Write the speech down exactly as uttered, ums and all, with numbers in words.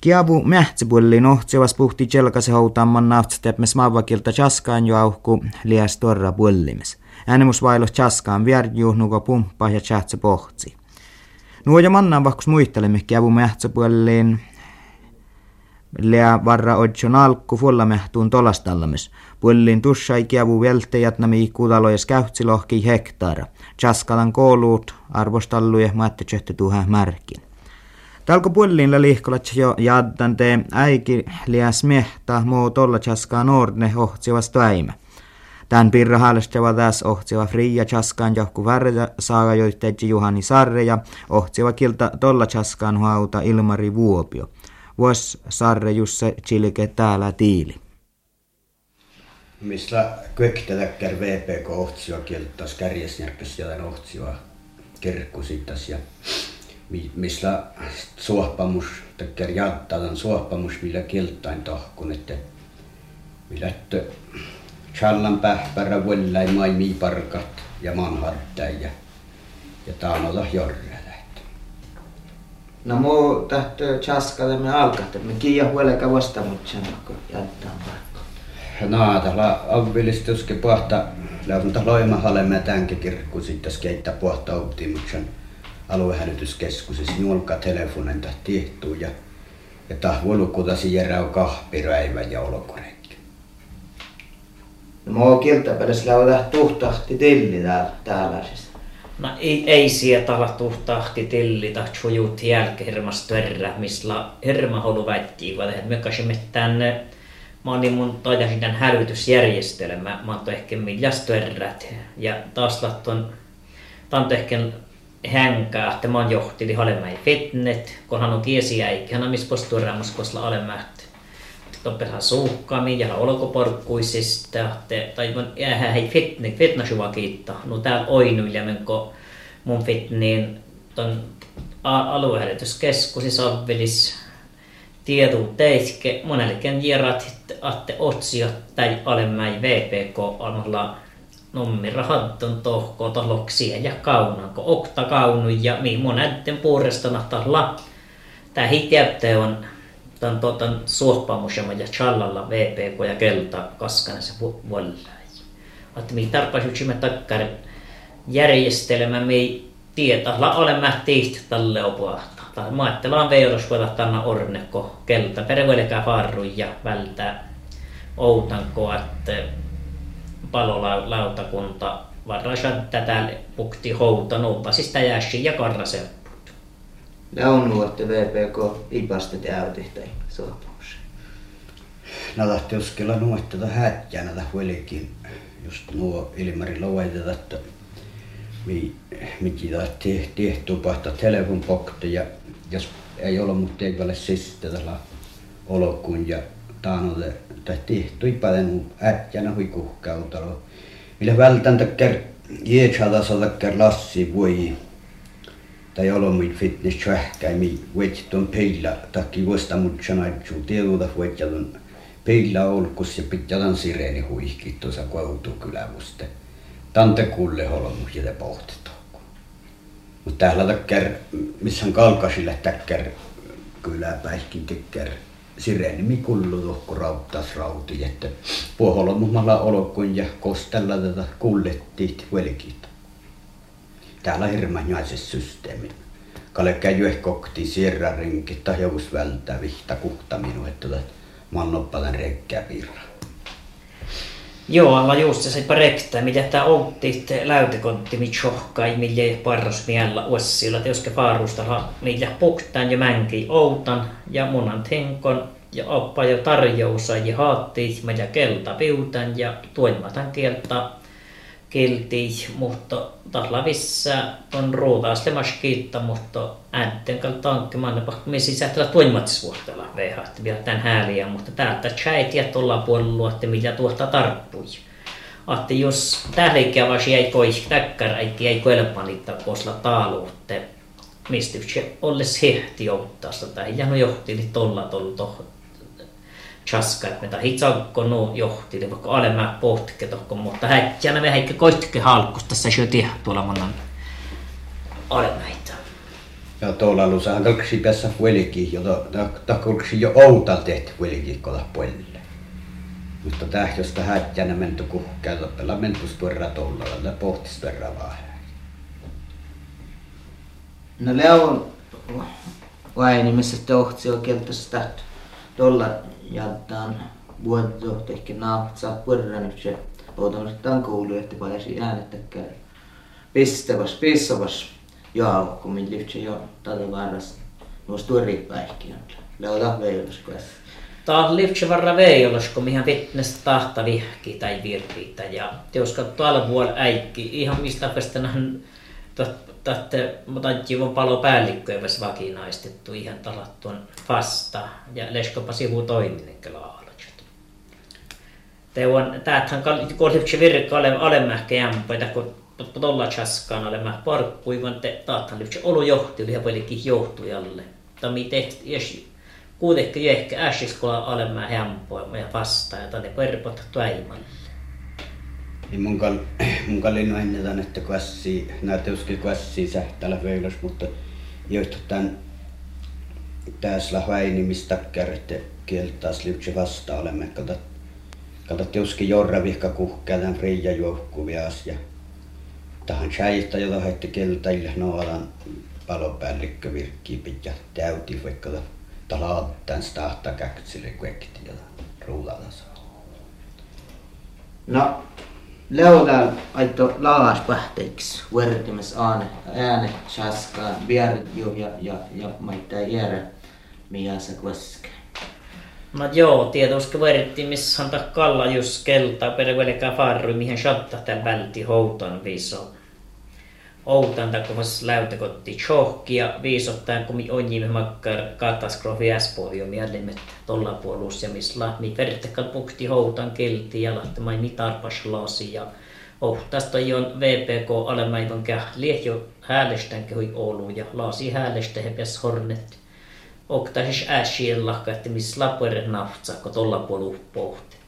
Kiavu mähtsäpuolin ohtsivas puhti tjelkase houtamman naftstepmes maavakilta tjaskaan juauhku liäs torra puollimes. Äänemus vailos tjaskaan värjuhnuko pumppa ja tjähtsä pohtsi. Nuo ja mannaan vahkus muistelemme kiavu mähtsäpuolin lää varra odjon alkku fulla mähtuun tolastallames. Puolin tussai kiavu veltejät nami kudalojes käytsilohki hektaara. Tjaskalan kouluut arvostalluje maatte tjöhti tuhän märkin. Talko puolilla liihkolat jo jaddante äiki liäs mehta muu tolla tjaskaan ordne ohtsivas toime. Tän pirra haalestava tässä ohtseva fria tjaskaan johku värjä saaga joitteetsi Juhani Sarre ja ohtseva kilta tolla tjaskaan huauta Ilmari Vuopio. Vuos Sarre Jusse Chilike täällä tiili. Missä köktätäkkär V P K ohtseva kiltas kärjesnärkäs jotain ohtseva kerkkusittas ja missä suohpamus takkär jadtadan suohpamus millä kiltain tohkun että millä että challan pähpärä vuollai maimii parkat ja manhattai ja ja taanoda jorreja. No muu tähtö tjaskata me alkahta, me kiia huoleka vastamutsen kun jattaa vaikka. No tällä avvilistuske pohta lävunta loima halemme tämänkin kirkku sitten skeittää pohta optimuksen aluehälytyskeskuksessa nuolka telefonen tahtiehtuu ja ja tah volukutasi järau kahpiräivä ja olokorekki. No muu kiltapädes lävä tuhtahti tilli täällä täällä siis. No ei, ei sieltä ala tuhtahti tilli tahtsu juut jälkehirmas törrä, missä hirma holu väittii, kun me kasimme tänne mä olin mun toidasin hälytysjärjestelmä, mä oon ehkä miljas törrät ja taas lattuan tanto ehkä hänkää, että mä oon johtili olemaan fitnet, kun hän on tiesi äikki, hän on missä postuuraamus kosla olemaan toppelhaa suhkaamiin ja olkoporkkuisista, tai hän ei fitne, fitnessua kiittää. No täällä oinuilla menko mun fitniin ton aluehälytyskeskus sovvelis tiedon teiske monellekin jierat, että otsiot tai olemaan V P K almalla nummirahatton tohkoa taloksia ja kaunan, kun okta kaunu ja mi monetten puolestana tahla. Tää hitiäpte on Tämän tuotan suohpamusema ja challalla V P K ja kelta kaskanessa vuollai. Että me tarpeisimme takkar järjestelmä me tietä la olemme tihti tälle opuahta. Tai maattelaan veiros voida tänä ornekko kelta pervelikää farru ja välttää outanko että palolautakunta varrasan tätä pukti houta noupa siis täjäsi ja karrasel. Launuotte V P K ipasta täytihtäin suopamus. No tahti uskella nuottata hätjänä huolikin just nuo Ilmari Lovaiteta, että mitä tahti tehty pahta telefon pokti ja jos ei ole mutta ei ole sistä tällä olokun ja taanote tahti tuipaden hätjänä hui kuhkautalo. Millä vältäntä kär jeetsada sada kär lassi voi tai olomit fitness tjähkäimi vetton peillä takki vuosta mutsana itsu tieduta vetjadun peillä olkus ja pitjadan sireeni huihki tuossa koutukylävuste. Tante kulle holomus ja te pohtitokku. Mut täällä takkär missä on kalkasille täkkär kyläpäiskin tekkär sireeni mi kullu tohku rauttas rauti että puoholomumalla olokun ja kostella tätä kullettiit velkit. Täällä hirman naises systeemi. Kalle käy kokti sierra rinki tai jous välttää vihta kuhta minua että mannoppalan reikkää pirra. Joo, alla just se parekta, mitä tää outti läytekontti mit shohkai mille parros miellä ussilla teoske faarusta millä puktaan ja mänki outan ja munan tenkon ja oppa jo tarjousa ja haatti ja kelta piutan ja tuimatan kieltä kilti, mutta tahlavissa on ruutaaslemas kiitta, mutta äänten kautta tankkimaan me sisähtellä tuimatsvuohtella vehahti vielä tämän hääliä, mutta täältä tjäitiä tuolla puolella, että mitä tuosta tarppui. Että jos tählikkää vasi ei koi täkkäräitti, ei koelpanittaa kosla taaluutte, mistä se olles hehti jouttaasta tai ja no johtili tolla tuolla tohon. Chaska, että mitä hitsakko nuo johti, vaikka alemmää pohtke tohko, mutta hätjänä me häikkä koitke halkusta, se syötiä tuolla monan alemmäitä. Ja tuolla alussa kalksi päässä vuelikin, jota kalksi jo outal tehty vuelikin kolla puolelle. Mutta tää josta hätjänä menty kuhkää loppella mentus tuolla tuolla, ja pohtis tuolla vaan. No Leon vaini, missä tohtsi oikein tästä tuolla jattaan vuotta ehkä naapat saa puolella nyt se odotetaan kuuluu, että pääsi äänettäkään pistäväs, pistäväs joo, kun minä lyhtsä jo tätä varrasta nuosta tuoripäihkiä. Leota veijolas kuessa. Tämä on lyhtsä varra veijolas, kun mihän vitnes tahta vihki tai virpiitä. Ja teuska tuolla vuonna äikki, ihan mistä päästään tahte, mutta on paljon päällikköä myös vakinaistettu ihan talattuun vasta. Ja leskopa sivu toiminen kyllä aalot. Tämähän kun lyhtsä virka olemmähkä jämpäitä, kun tuolla chaskaan olemme parkkui, vaan te taathan lyhtsä olo johti, oli paljonkin johtujalle. Tämä tehty, jos kuitenkin ehkä äsiskola olemme hämpoa ja vastaan, ja tänne perpot tuaimalle. Mun kal mun kallinno ennetan, että kuassi näytöskin kuassi sähtäällä veilos, mutta joita tän tässä lähväini mistä kärte kieltäas lyhtsä vastaan olemme katsot. Katsot joskin jorra vihka kuhkää tämän Freija juokkuvias ja tähän tjäjistä, jota haitte keltaille noolan palopäällikkö virkkii pitää täytiin, vaikka talaattaan sitä ahtaa käksille kuekti ja ruudalla saa. No, Leodal aito laaspähteiksi vuoritimes ääne, chaskaan, bjärju ja, ja, ja maittaa järä, mikä se koskee. No joo, tietysti verittiin, missä häntä kalla just keltaa, pervelekään farru, mihin shatta täällä vältti houtan viiso. Outan takovas läytäkotti tjohki ja viisottaan, kun mi onjimme makkar katastrofi äspohjo miellimet tolla puolus ja missä mi vertekal pukti houtan kelti ja lahtemai mi tarpas lasi ja oh, tästä on V P K alemaivon kähliä jo häälestään kehui Oulu ja lasi häälestä hepäs hornet. Och tässä är skillnad att det är slappare naftsa, kun tuolla puolella pohti.